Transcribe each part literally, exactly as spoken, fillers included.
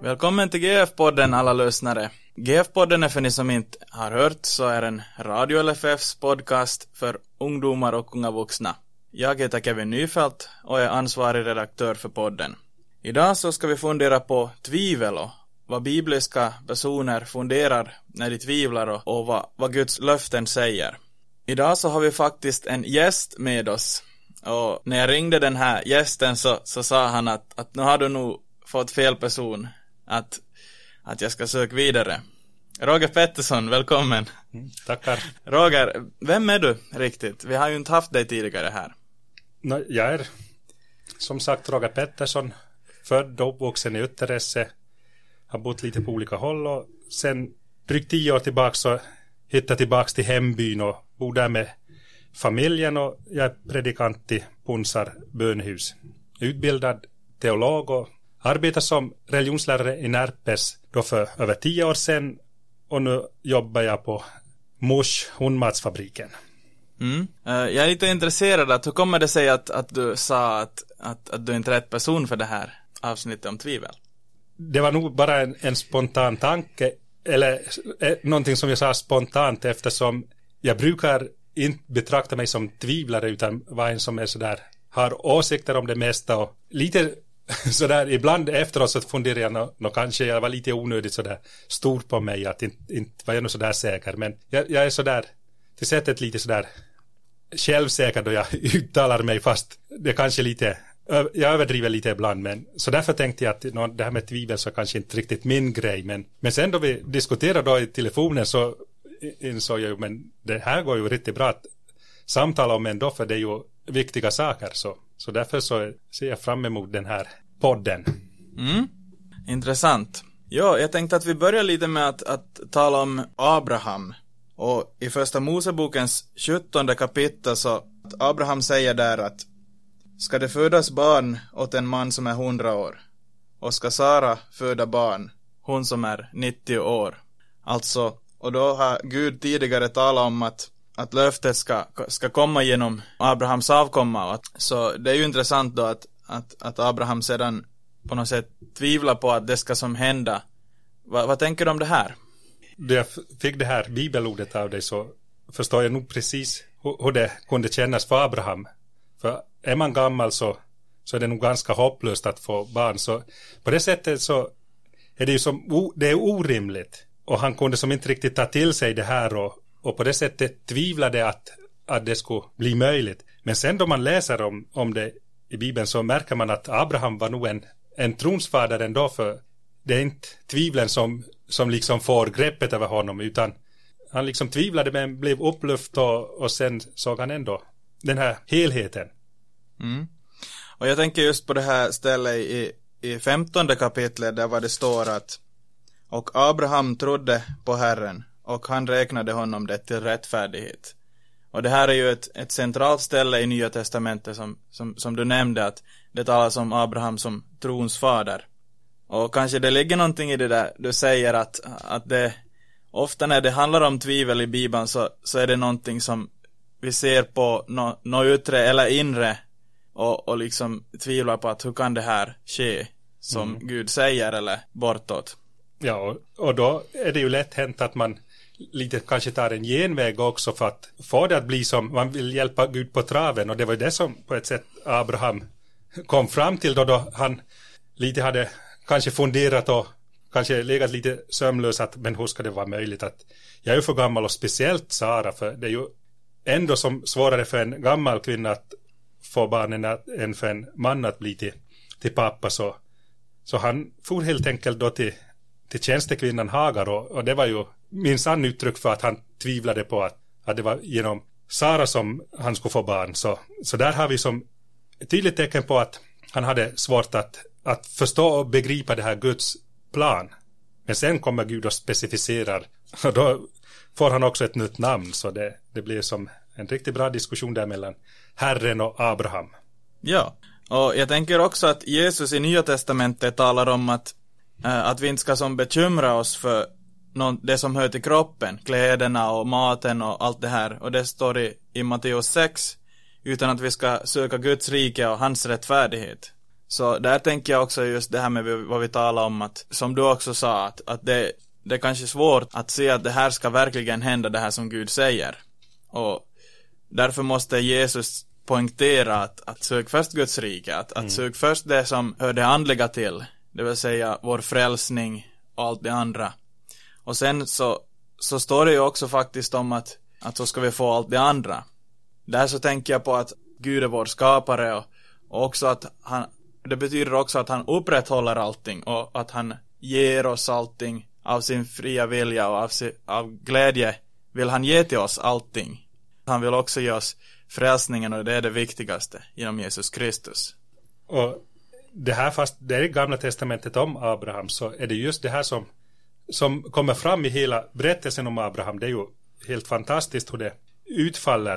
Välkommen till G F-podden alla lyssnare. G F-podden är för ni som inte har hört så är en Radio L F F:s podcast för ungdomar och unga vuxna. Jag heter Kevin Nyfelt och är ansvarig redaktör för podden. Idag så ska vi fundera på tvivel och vad bibliska personer funderar när de tvivlar och, och vad, vad Guds löften säger. Idag så har vi faktiskt en gäst med oss. Och när jag ringde den här gästen så, så sa han att, att nu har du nog fått fel person. Att, att jag ska söka vidare. Roger Pettersson, välkommen. Mm, tackar. Roger, vem är du riktigt? Vi har ju inte haft dig tidigare här. No, jag är som sagt Roger Pettersson, född och uppvuxen i Ytteresse. Har bott lite på olika håll och sen drygt tio år tillbaka så hittade jag tillbaka till hembyn och bor där med familjen och jag är predikant i Punsar bönhus. Utbildad teolog och arbetar som religionslärare i Närpes då för över tio år sedan och nu jobbar jag på Mors hundmatsfabriken. Mm. Jag är lite intresserad att hur kommer det sig att, att du sa att, att, att du inte är rätt person för det här avsnittet om tvivel? Det var nog bara en, en spontan tanke eller eh, någonting som jag sa spontant eftersom jag brukar inte betrakta mig som tvivlare utan vara en som är sådär, har åsikter om det mesta och lite sådär ibland efteråt så funderar jag nå, nå, kanske jag var lite onödigt sådär stor på mig att inte, inte var jag nog sådär säker men jag, jag är sådär till sättet lite sådär självsäker då jag uttalar mig fast det kanske lite jag överdriver lite ibland men så därför tänkte jag att no, det här med tvivel så kanske inte riktigt min grej men, men sen då vi diskuterade då i telefonen så insåg jag ju men det här går ju riktigt bra att samtala om ändå för det är ju viktiga saker så, så därför så ser jag fram emot den här podden. Mm. Intressant. Ja, jag tänkte att vi börjar lite med att, att tala om Abraham och i första Mosebokens sjuttonde kapitel så att Abraham säger där att ska det födas barn åt en man som är hundra år och ska Sara föda barn hon som är nittio år. Alltså, och då har Gud tidigare talat om att att löftet ska, ska komma genom Abrahams avkomma. Så det är ju intressant då att, att, att Abraham sedan på något sätt tvivlar på att det ska som hända. Va, vad tänker du om det här? Då jag fick det här bibelordet av dig så förstår jag nog precis hur, hur det kunde kännas för Abraham. För är man gammal så, så är det nog ganska hopplöst att få barn. Så på det sättet så är det ju som, det är orimligt. Och han kunde som inte riktigt ta till sig det här och Och på det sättet tvivlade att, att det skulle bli möjligt. Men sen då man läser om, om det i Bibeln så märker man att Abraham var nog en, en tronsfader ändå för det är inte tvivlen som, som liksom får greppet över honom utan han liksom tvivlade men blev upplyft och, och sen såg han ändå den här helheten. Mm. Och jag tänker just på det här stället i, i femtonde kapitlet där vad det står att och Abraham trodde på Herren och han räknade honom det till rättfärdighet. Och det här är ju ett, ett centralt ställe i Nya testamentet som, som, som du nämnde att det talas om Abraham som trons fader. Och kanske det ligger någonting i det där du säger att, att det ofta när det handlar om tvivel i Bibeln så, så är det någonting som vi ser på något no yttre eller inre och, och liksom tvivlar på att hur kan det här ske som mm. Gud säger eller bortåt. Ja, och, och då är det ju lätt hänt att man lite kanske tar en genväg också för att få det att bli som man vill hjälpa Gud på traven och det var ju det som på ett sätt Abraham kom fram till då, då han lite hade kanske funderat och kanske legat lite sömnlös att men hur ska det vara möjligt att jag är ju för gammal och speciellt Sara för det är ju ändå som svårare för en gammal kvinna att få barnen än för en man att bli till, till pappa så, så han for helt enkelt då till till tjänstekvinnan Hagar och, och det var ju min sann uttryck för att han tvivlade på att, att det var genom Sara som han skulle få barn. Så, så där har vi som tydligt tecken på att han hade svårt att, att förstå och begripa det här Guds plan. Men sen kommer Gud och specificerar och då får han också ett nytt namn så det, det blir som en riktigt bra diskussion där mellan Herren och Abraham. Ja, och jag tänker också att Jesus i Nya testamentet talar om att att vi inte ska som bekymra oss för någon, det som hör till kroppen, kläderna och maten och allt det här. Och det står i, i Matteus sex, utan att vi ska söka Guds rike och hans rättfärdighet. Så där tänker jag också just det här med vad vi talar om, att som du också sa, att, att det, det är kanske svårt att se att det här ska verkligen hända, det här som Gud säger. Och därför måste Jesus poängtera att, att sök först Guds rike, att, mm. att sök först det som hör det andliga till, det vill säga vår frälsning och allt det andra. Och sen så, så står det ju också faktiskt om att, att så ska vi få allt det andra. Där så tänker jag på att Gud är vår skapare, och, och också att han, det betyder också att han upprätthåller allting och att han ger oss allting av sin fria vilja, och av, sin, av glädje vill han ge till oss allting. Han vill också ge oss frälsningen, och det är det viktigaste genom Jesus Kristus. Och det här, fast det är i Gamla testamentet om Abraham, så är det just det här som, som kommer fram i hela berättelsen om Abraham. Det är ju helt fantastiskt hur det utfaller.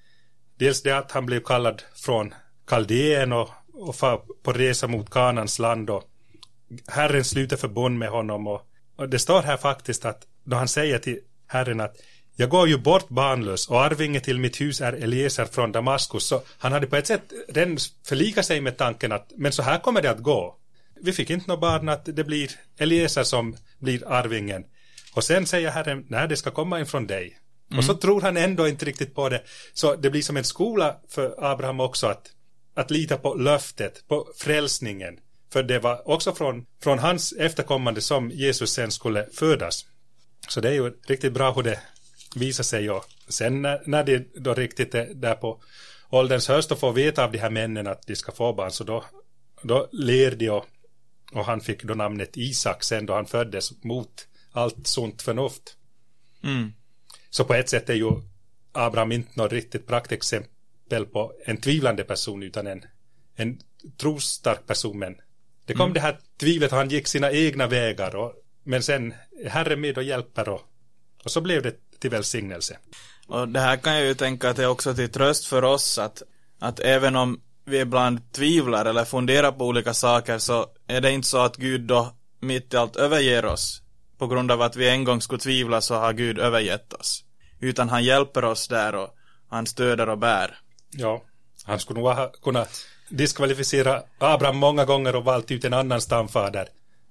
Dels det att han blev kallad från Kaldeen och, och på resa mot Kanans land, och Herren sluter förbund med honom, och, och det står här faktiskt att då han säger till Herren att jag går ju bort barnlös och arvinge till mitt hus är Eliezer från Damaskus, så han hade på ett sätt redan förlika sig med tanken att men så här kommer det att gå. Vi fick inte något barn, att det blir Eliezer som blir arvingen. Och sen säger Herren, nej, det ska komma in från dig. Mm. Och så tror han ändå inte riktigt på det. Så det blir som en skola för Abraham också att, att lita på löftet, på frälsningen. För det var också från, från hans efterkommande som Jesus sen skulle födas. Så det är ju riktigt bra hur det visar sig. Och sen när, när det då riktigt är där på ålderns höst och får veta av de här männen att de ska få barn, så då, då ler de, och, och han fick då namnet Isak sen då han föddes mot allt sunt förnuft. Mm. Så på ett sätt är ju Abraham inte något riktigt praktexempel på en tvivlande person, utan en, en trosstark person. Men det kom mm. det här tvivlet, han gick sina egna vägar, och, men sen Herren med och hjälper, och, och så blev det till välsignelse. Och det här kan jag ju tänka att det är också till tröst för oss, att, att även om vi ibland tvivlar eller funderar på olika saker, så är det inte så att Gud då mitt i allt överger oss. På grund av att vi en gång skulle tvivla, så har Gud övergett oss. Utan han hjälper oss där, och han stöder och bär. Ja, han skulle nog ha kunnat diskvalificera Abraham många gånger och valt ut en annan stamfader.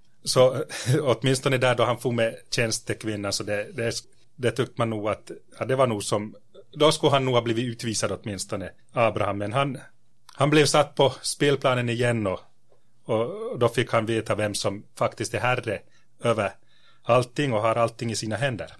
Så åtminstone där då han får med tjänstekvinnan, så det, det, det tyckte man nog att ja, det var nog som, då skulle han nog ha blivit utvisad åtminstone, Abraham. Men han, han blev satt på spelplanen igen, och, och då fick han veta vem som faktiskt är herre över allting och har allting i sina händer.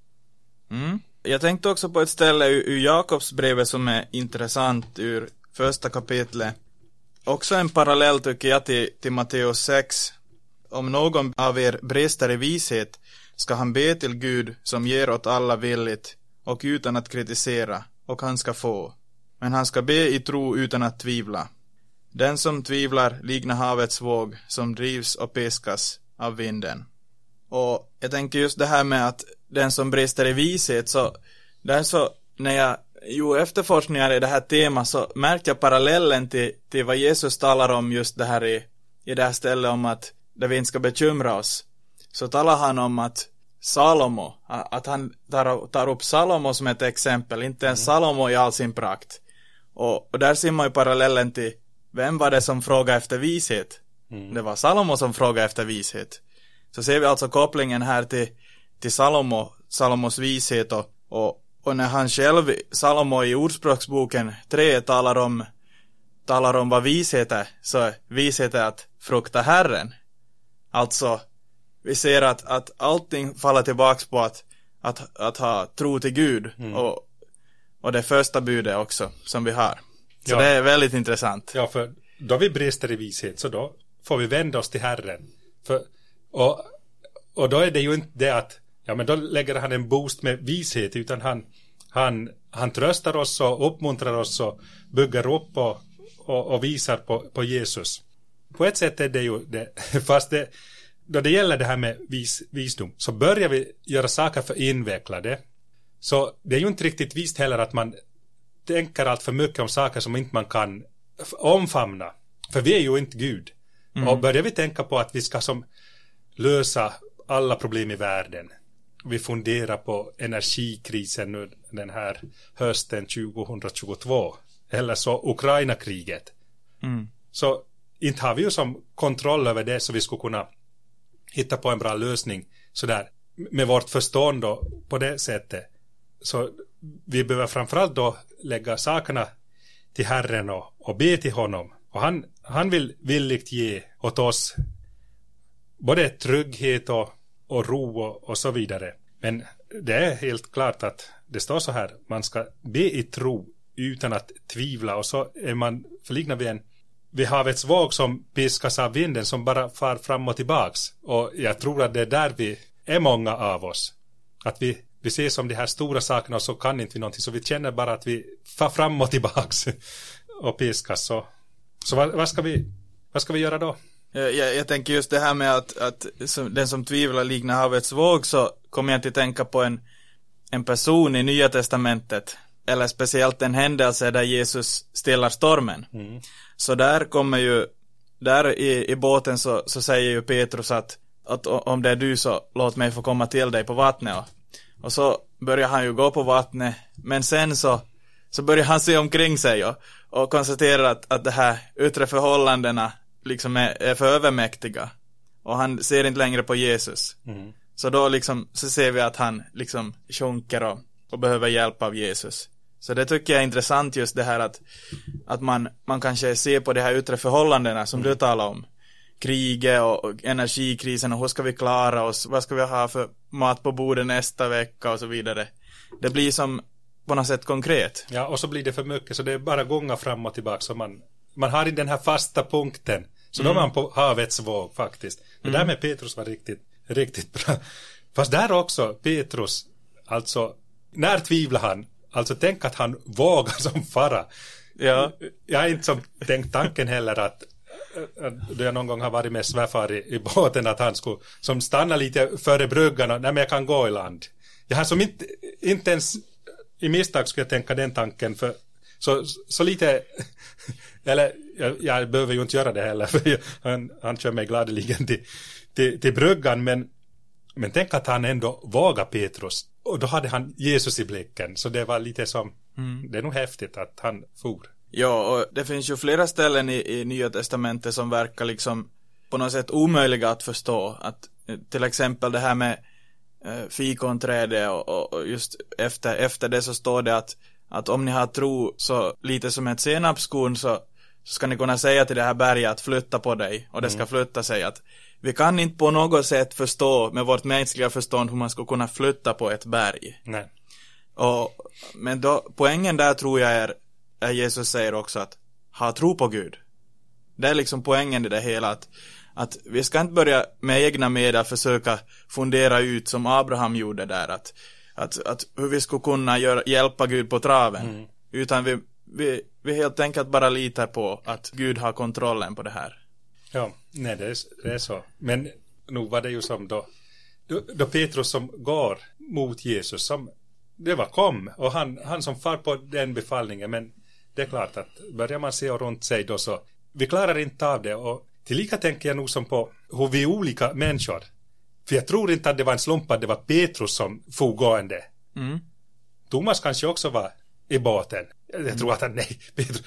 Mm. Jag tänkte också på ett ställe ur, ur Jakobsbrevet som är intressant, ur första kapitlet. Också en parallell tycker jag till, till Matteus sex. Om någon av er brister i vishet ska han be till Gud som ger åt alla villigt och utan att kritisera, och han ska få. Men han ska be i tro utan att tvivla. Den som tvivlar liknar havets våg som drivs och piskas av vinden. Och jag tänker just det här med att den som brister i vishet, så där så när jag gjorde efterforskningar i det här temat, så märkte jag parallellen till, till vad Jesus talar om just det här i, i det här stället om att där vi inte ska bekymra oss. Så talar han om att Salomo, att han tar, tar upp Salomo som ett exempel, inte ens Salomo i all sin prakt. Och, och där ser man ju parallellen till vem var det som frågade efter vishet? Mm. Det var Salomo som frågade efter vishet. Så ser vi alltså kopplingen här till, till Salomo, Salomos vishet, och, och, och när han själv, Salomo i Ordspråksboken tre talar om, talar om vad vishet är, så vishet är att frukta Herren. Alltså, vi ser att, att allting faller tillbaks på att, att, att ha tro till Gud, mm. och, och det första budet också som vi har. Så ja. Det är väldigt intressant. Ja, för då vi brister i vishet, så då får vi vända oss till Herren. För Och, och då är det ju inte det att ja, men då lägger han en boost med vishet, utan han, han, han tröstar oss och uppmuntrar oss och bygger upp och, och, och visar på, på Jesus. På ett sätt är det ju det, fast det, då det gäller det här med vis, visdom, så börjar vi göra saker för invecklade. Så det är ju inte riktigt visst heller att man tänker allt för mycket om saker som inte man kan omfamna. För vi är ju inte Gud. Mm. Och börjar vi tänka på att vi ska som lösa alla problem i världen. Vi funderar på energikrisen nu den här hösten tjugohundratjugotvå. Eller så Ukraina-kriget. Mm. Så inte har vi ju som kontroll över det så vi skulle kunna hitta på en bra lösning sådär med vårt förstånd då, på det sättet. Så vi behöver framförallt då lägga sakerna till Herren och, och be till honom. Och han, han vill villigt ge åt oss både trygghet och, och ro och, och så vidare. Men det är helt klart att det står så här, man ska be i tro utan att tvivla, och så är man förliknad vid en vid havets våg som piskas av vinden som bara far fram och tillbaks. Och jag tror att det är där vi är många av oss. Att vi, vi ser som de här stora sakerna och så kan inte vi någonting. Så vi känner bara att vi far fram och tillbaks och piskas. Så, så vad, vad, ska vi, vad ska vi göra då? Jag, jag, jag tänker just det här med att, att som, den som tvivlar liknar havets våg, så kommer jag till tänka på en, en person i Nya testamentet. Eller speciellt en händelse där Jesus stillar stormen. Mm. Så där kommer ju, där i, i båten så, så säger ju Petrus att, att om det är du så låt mig få komma till dig på vattnet. Och, och så börjar han ju gå på vattnet. Men sen så, så börjar han se omkring sig och, och konstaterar att, att det här yttre förhållandena liksom är, är för övermäktiga. Och han ser inte längre på Jesus. Mm. Så då liksom, så ser vi att han liksom sjunker och, och behöver hjälp av Jesus. Så det tycker jag är intressant, just det här att, att man, man kanske ser på de här yttre förhållandena som mm. du talar om. Kriget och, och energikrisen och hur ska vi klara oss? Vad ska vi ha för mat på bordet nästa vecka och så vidare. Det blir som på något sätt konkret. Ja, och så blir det för mycket så det är bara gånga fram och tillbaka. Så man, man har i den här fasta punkten. Så mm. då är man på havets våg faktiskt. Det mm. där med Petrus var riktigt, riktigt bra. Fast där också, Petrus, alltså, när tvivlar han? Alltså tänk att han vågar som fara. Ja. Jag har inte som tänkt tanken heller att då jag någon gång har varit med svärfar i, i båten att han skulle som stanna lite före bryggan och nej, men jag kan gå i land. Jag har som inte, inte ens i misstag skulle jag tänka den tanken för så, så lite eller jag, jag behöver ju inte göra det heller för jag, han, han kör mig gladeligen till, till, till bryggan men, men tänk att han ändå vågar Petrus. Och då hade han Jesus i blicken. Så det var lite som, mm. det är nog häftigt att han for. Ja, och det finns ju flera ställen i, i Nya testamentet som verkar liksom på något sätt omöjliga att förstå. Att till exempel det här med eh, fikonträdet och, och just efter, efter det så står det att, att om ni har tro så lite som ett senapskorn så, så ska ni kunna säga till det här berget att flytta på dig. Och det ska mm. flytta sig. Att vi kan inte på något sätt förstå med vårt mänskliga förstånd hur man ska kunna flytta på ett berg. Nej. Och, men då, poängen där tror jag är, är Jesus säger också att ha tro på Gud. Det är liksom poängen i det hela. Att, att vi ska inte börja med egna medel försöka fundera ut som Abraham gjorde där. Att, att, att hur vi ska kunna göra, hjälpa Gud på traven. Mm. Utan vi, vi, vi helt enkelt bara litar på att Gud har kontrollen på det här. Ja, nej det är, det är så. Men nog var det ju som då, då, då Petrus som går mot Jesus, som det var kom, och han, han som far på den befallningen, men det är klart att börjar man se runt sig då så, vi klarar inte av det, och tillika tänker jag nog som på hur vi är olika människor. För jag tror inte att det var en slump att det var Petrus som for gående. Mm. Thomas kanske också var i båten. Jag tror att han, nej, Petrus,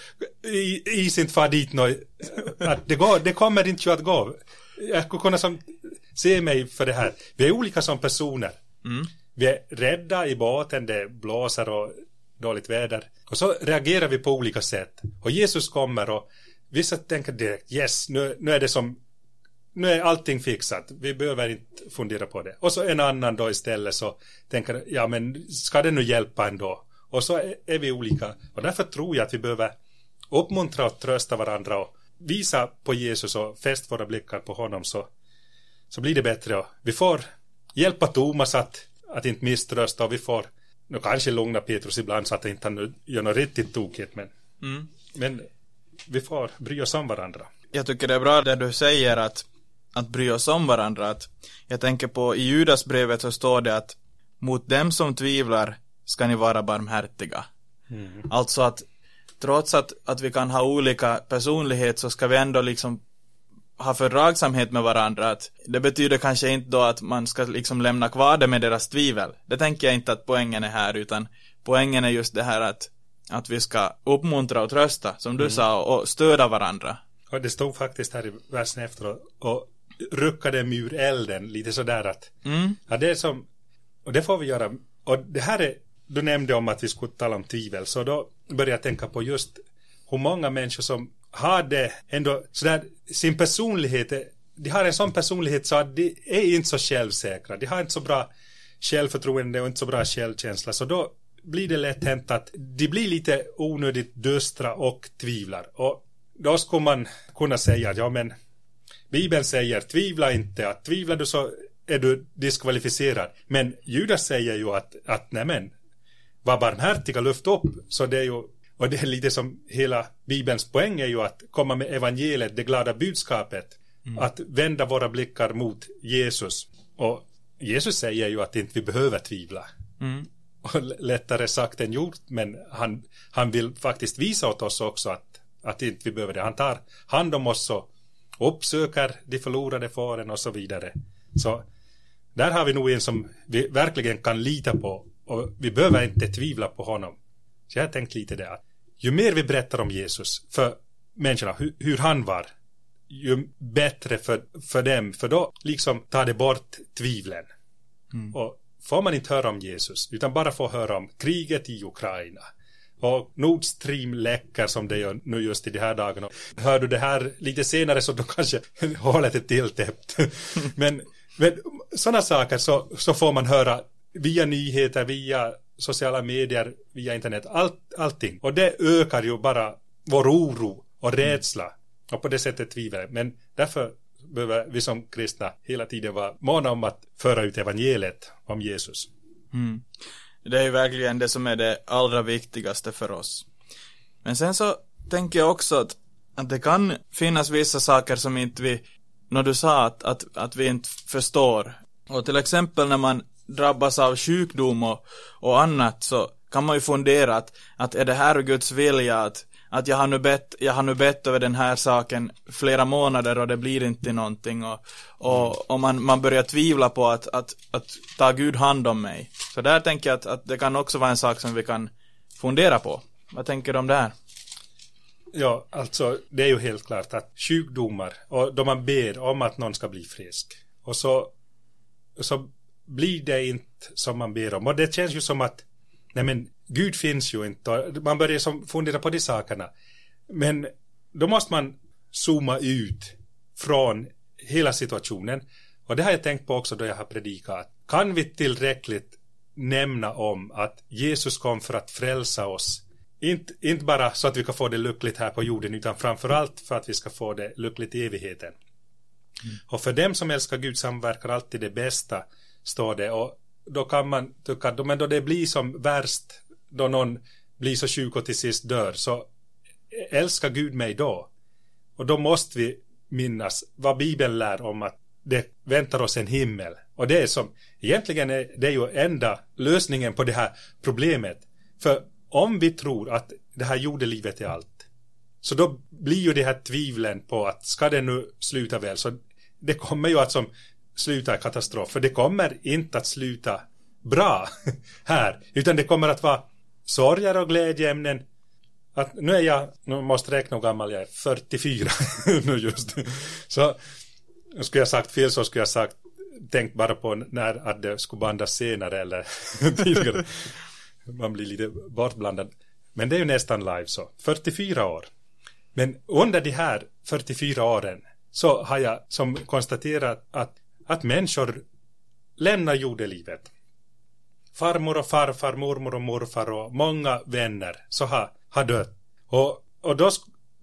is inte far dit nå, att det, går, det kommer inte att gå. Jag skulle kunna som, se mig för det här. Vi är olika som personer. Mm. Vi är rädda i båten, det blåser och dåligt väder. Och så reagerar vi på olika sätt. Och Jesus kommer och vissa tänker direkt, yes, nu, nu är det som, nu är allting fixat. Vi behöver inte fundera på det. Och så en annan då istället så tänker, ja men ska det nu hjälpa ändå? Och så är vi olika. Och därför tror jag att vi behöver uppmuntra och trösta varandra och visa på Jesus och fäst våra blickar på honom, så, så blir det bättre. Och vi får hjälpa Thomas att, att inte misströsta, och vi får nu kanske lugna Petrus ibland så att han inte gör något riktigt tokigt. Men, mm. men vi får bry oss om varandra. Jag tycker det är bra det du säger att, att bry oss om varandra. Att jag tänker på i Judasbrevet så står det att mot dem som tvivlar ska ni vara barmhärtiga. Mm. Alltså att trots att, att vi kan ha olika personlighet så ska vi ändå liksom ha fördragsamhet med varandra. Att det betyder kanske inte då att man ska liksom lämna kvar det med deras tvivel. Det tänker jag inte att poängen är här, utan poängen är just det här att, att vi ska uppmuntra och trösta, som du mm. sa, och stöda varandra. Och det stod faktiskt här i versen efteråt och ruckade dem ur elden lite sådär att Mm. ja, det är som, och det får vi göra. Och det här är, du nämnde om att vi skulle tala om tvivel, så då började jag tänka på just hur många människor som har det ändå sådär, sin personlighet, de har en sån personlighet så att de är inte så självsäkra, de har inte så bra självförtroende och inte så bra självkänsla, så då blir det lätt hänt att de blir lite onödigt dystra och tvivlar. Och då skulle man kunna säga, ja men Bibeln säger tvivla inte, att tvivlar du så är du diskvalificerad. Men Judas säger ju att, att nej men, var barmhärtiga, luft upp. Så det är ju, och det är lite som hela Bibelns poäng är ju att komma med evangeliet, det glada budskapet. Mm. Att vända våra blickar mot Jesus. Och Jesus säger ju att inte vi behöver tvivla. Mm. Och lättare sagt än gjort, men han, han vill faktiskt visa åt oss också att, att inte vi behöver det. Han tar hand om oss och uppsöker de förlorade fåren och så vidare. Så där har vi nog en som vi verkligen kan lita på, och vi behöver inte tvivla på honom. Så jag har tänkt lite det att ju mer vi berättar om Jesus för människorna, hur, hur han var, ju bättre för, för dem, för då liksom tar det bort tvivlen. Mm. Och får man inte höra om Jesus utan bara får höra om kriget i Ukraina och Nord Stream läcker som det gör nu just i de här dagarna. Hör du det här lite senare så då kanske hållet är tilltäppt. men, men sådana saker så, så får man höra via nyheter, via sociala medier, via internet, allt, allting. Och det ökar ju bara vår oro och rädsla. Mm. Och på det sättet tvivel. Men därför behöver vi som kristna hela tiden vara måna om att föra ut evangeliet om Jesus. Mm. Det är ju verkligen det som är det allra viktigaste för oss. Men sen så tänker jag också att, att det kan finnas vissa saker som inte vi, när du sa att, att, att vi inte förstår. Och till exempel när man drabbas av sjukdom och, och annat så kan man ju fundera att, att är det här Guds vilja att att jag har nu bett, jag har nu bett över den här saken flera månader och det blir inte någonting och, och, och man, man börjar tvivla på att, att, att ta Gud hand om mig. Så där tänker jag att, att det kan också vara en sak som vi kan fundera på. Vad tänker du om det här? Ja, alltså det är ju helt klart att sjukdomar, och då man ber om att någon ska bli frisk och så, så blir det inte som man ber om. Och det känns ju som att nej men Gud finns ju inte, och man börjar som fundera på de sakerna. Men då måste man zooma ut från hela situationen. Och det har jag tänkt på också då jag har predikat. Kan vi tillräckligt nämna om att Jesus kom för att frälsa oss? Inte, inte bara så att vi kan få det lyckligt här på jorden, utan framförallt för att vi ska få det lyckligt i evigheten. Mm. Och för dem som älskar Gud samverkar alltid det bästa, står det. Och då kan man tycka att men då det blir som värst, då någon blir så sjuk och till sist dör, så älskar Gud mig då. Och då måste vi minnas vad Bibeln lär om att det väntar oss en himmel. Och det är som, egentligen är det ju enda lösningen på det här problemet. För om vi tror att det här jordelivet är allt, så då blir ju det här tvivlen på att ska det nu sluta väl, så det kommer ju att som sluta katastrof. För det kommer inte att sluta bra här, utan det kommer att vara sorger och glädjeämnen. Att nu är jag, nu måste räkna hur gammal jag är, fyrtiofyra nu just. Så skulle jag sagt fel så skulle jag sagt, tänkt bara på när att det skulle bandas senare eller tidigare. Man blir lite bortblandad. Men det är ju nästan live så. fyrtiofyra år. Men under de här fyrtiofyra åren så har jag som konstaterat att, att människor lämnar jordelivet. Farmor och farfar, mormor och morfar och många vänner så har, har dött. Och, och då,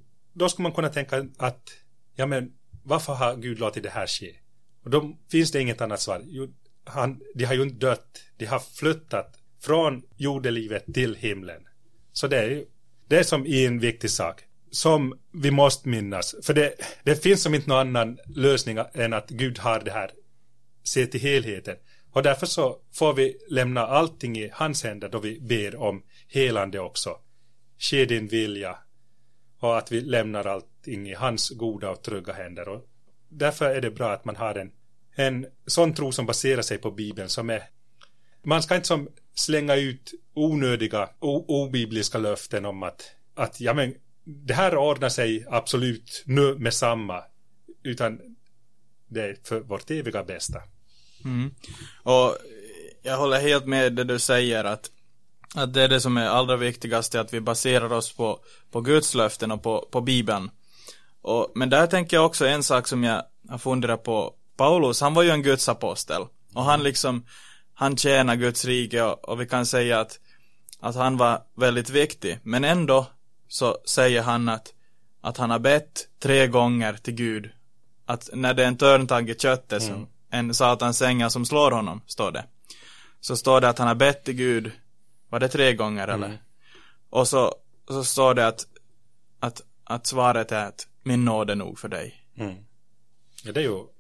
då ska man kunna tänka att ja men varför har Gud låtit det här ske? Och då finns det inget annat svar. Jo, han, de har ju inte dött. De har flyttat från jordelivet till himlen. Så det är, det är som en viktig sak som vi måste minnas. För det, det finns som inte någon annan lösning än att Gud har det här. Se till helheten. Och därför så får vi lämna allting i hans händer då vi ber om helande också. Ske din vilja. Och att vi lämnar allting i hans goda och trygga händer. Och därför är det bra att man har en, en sån tro som baserar sig på Bibeln som är. Man ska inte som slänga ut onödiga, o- obibliska löften om att, att ja men det här ordnar sig absolut nu med samma, utan det är för vårt eviga bästa. Mm. Och jag håller helt med det du säger, att, att det är det som är allra viktigast, att vi baserar oss på, på Guds löften och på, på Bibeln. Och, men där tänker jag också en sak som jag har funderat på. Paulus, han var ju en Guds apostel. Och han liksom, han tjänar Guds rike, och, och vi kan säga att, att han var väldigt viktig. Men ändå så säger han att, att han har bett tre gånger till Gud. Att när det är en törntagg i köttet, mm. som en satans ängel som slår honom, står det. Så står det att han har bett till Gud, var det tre gånger eller? Mm. Och så, så står det att, att, att svaret är att min nåd är nog för dig. Mm. Ja, det är ju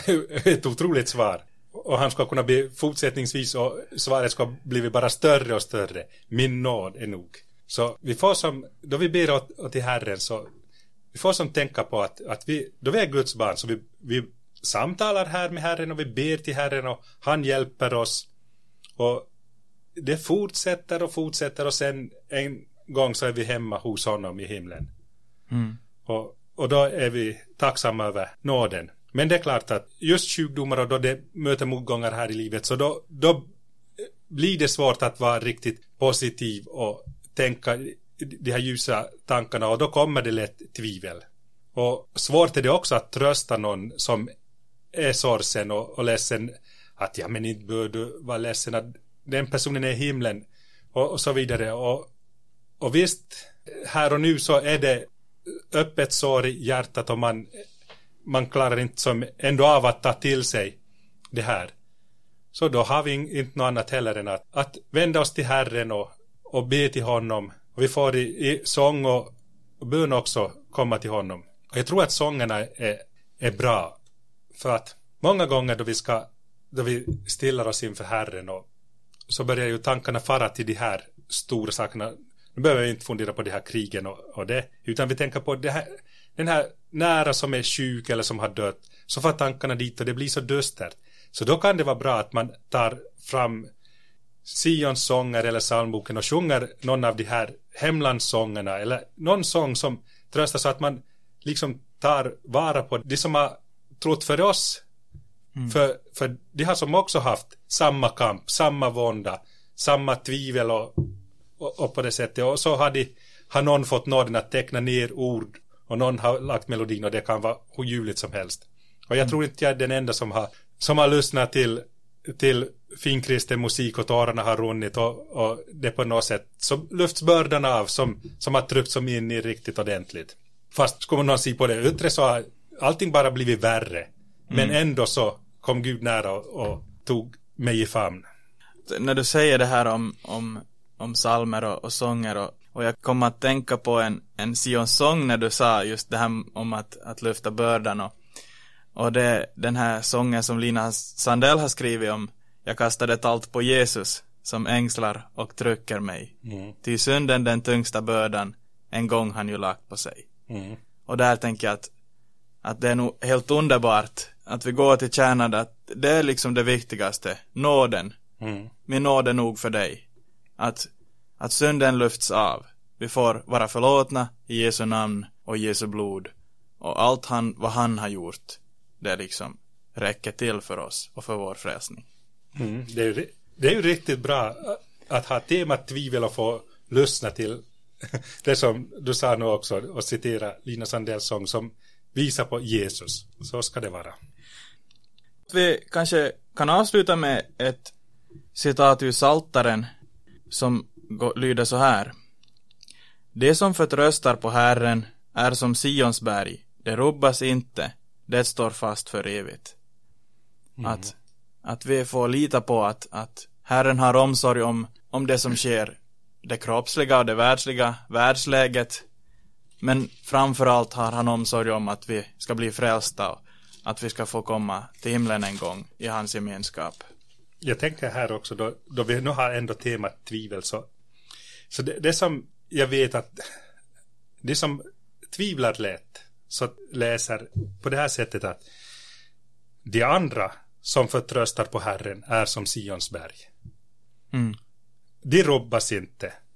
ett otroligt svar. Och han ska kunna bli fortsättningsvis, och svaret ska bli bara större och större. Min nåd är nog. Så vi får som, då vi ber åt, åt till Herren, så vi får som tänka på att, att vi, då vi är Guds barn, så vi, vi samtalar här med Herren och vi ber till Herren och han hjälper oss. Och det fortsätter och fortsätter, och sen en gång så är vi hemma hos honom i himlen. Mm. Och, och då är vi tacksamma över nåden. Men det är klart att just sjukdomar, och då det möter motgångar här i livet, så då, då blir det svårt att vara riktigt positiv och tänka de här ljusa tankarna, och då kommer det lätt tvivel. Och svårt är det också att trösta någon som är sorgsen och, och ledsen, att ja, men inte bör du vara ledsen, att den personen är i himlen och, och så vidare. Och, och visst, här och nu så är det öppet sår i hjärtat, och man, man klarar inte som ändå av att ta till sig det här. Så då har vi inte något annat heller än att, att vända oss till Herren och, och be till honom. Och vi får i, i sång och, och bön också komma till honom. Och jag tror att sångerna är, är bra. För att många gånger då vi, ska, då vi stillar oss inför Herren, och så börjar ju tankarna fara till de här stora sakerna. Nu behöver vi inte fundera på de här krigen och, och det, utan vi tänker på det här, den här nära som är sjuk eller som har dött. Så får tankarna dit och det blir så dystert. Så då kan det vara bra att man tar fram Sions sånger eller psalmboken och sjunger någon av de här hemlandssångerna, eller någon sång som tröstar, så att man liksom tar vara på det som har trott för oss. Mm. För, för de har som också haft samma kamp, samma vånda, samma tvivel och, och, och på det sättet. Och så har, de, har någon fått nåden att teckna ner ord, och någon har lagt melodin, och det kan vara hur ljuvligt som helst. Och jag mm. tror inte jag är den enda som har, som har lyssnat till, till finkristen musik och tårarna har runnit, och, och det på något sätt så lyfts bördan av som, som har tryckt som in i riktigt ordentligt. Fast skulle någon se på det yttre så har allting bara blivit värre. Men mm. ändå så kom Gud nära och, och tog mig i famn. När du säger det här om, om, om psalmer och, och sånger, och, och jag kommer att tänka på en, en Sions sång när du sa just det här om att, att lyfta bördan, och, och det, den här sången som Lina Sandell har skrivit om, jag kastade allt på Jesus som ängslar och trycker mig. Mm. Till synden den tyngsta bördan en gång han ju lagt på sig. Mm. Och där tänker jag att, att det är nog helt underbart att vi går till kärnan, att det är liksom det viktigaste. Nåden. Mm. Min nåd är nog för dig. Att, att synden lyfts av. Vi får vara förlåtna i Jesu namn och Jesu blod. Och allt han, vad han har gjort, det liksom räcker till för oss och för vår frälsning. Mm. Det, är, det är ju riktigt bra att ha temat tvivel och få lyssna till det som du sa nu också, och citera Lina Sandells sång som visar på Jesus. Så ska det vara. Vi kanske kan avsluta med ett citat ur Psaltaren som lyder så här: det som förtröstar på Herren är som Sions berg, det rubbas inte, det står fast för evigt. Mm. Att, att vi får lita på att, att Herren har omsorg om, om det som sker, det kroppsliga och det världsliga, världsläget, men framförallt har han omsorg om att vi ska bli frälsta och att vi ska få komma till himlen en gång i hans gemenskap. Jag tänker här också, då, då vi nu har ändå temat tvivel, så, så det, det som jag vet att det som tvivlar lätt, så läser på det här sättet att de andra som förtröstar på Herren är som Sions berg. Mm. De rubbas inte,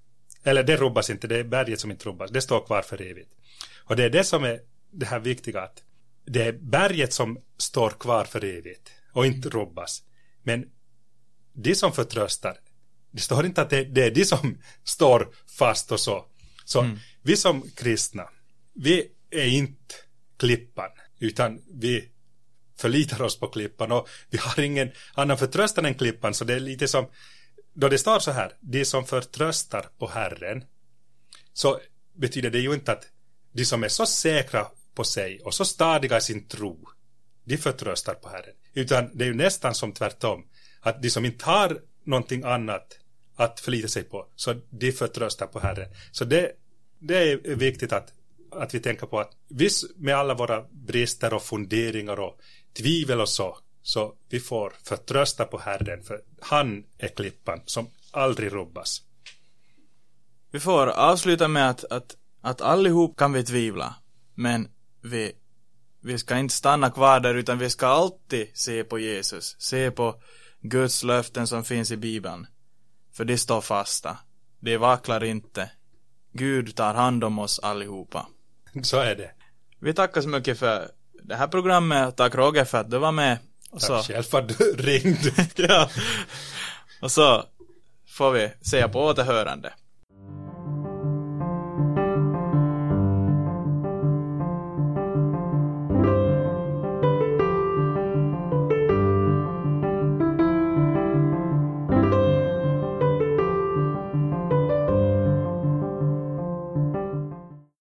Eller det rubbas inte, det är berget som inte rubbas. Det står kvar för evigt. Och det är det som är det här viktiga, att det är berget som står kvar för evigt och inte rubbas. Men de som förtröstar, det står inte att det, det är de som står fast och så. Så mm. vi som kristna, vi är inte klippan, utan vi förlitar oss på klippan, och vi har ingen annan förtröstan än klippan. Så det är lite som, då det står så här, de som förtröstar på Herren, så betyder det ju inte att de som är så säkra på sig och så stadiga i sin tro, de förtröstar på Herren. Utan det är ju nästan som tvärtom, att de som inte har någonting annat att förlita sig på, så de förtröstar på Herren. Så det, det är viktigt att, att vi tänker på att visst, med alla våra brister och funderingar och tvivel och så, så vi får förtrösta på Herren, för han är klippan som aldrig rubbas. Vi får avsluta med att, att, att allihop kan vi tvivla, men vi, vi ska inte stanna kvar där, utan vi ska alltid se på Jesus, se på Guds löften som finns i Bibeln, för det står fasta, det vacklar inte. Gud tar hand om oss allihopa. Så är det. Vi tackar så mycket för det här programmet. Tack Roger för att du var med. Och Tack så, själv för att du ringde. ja. Och så får vi säga på återhörande.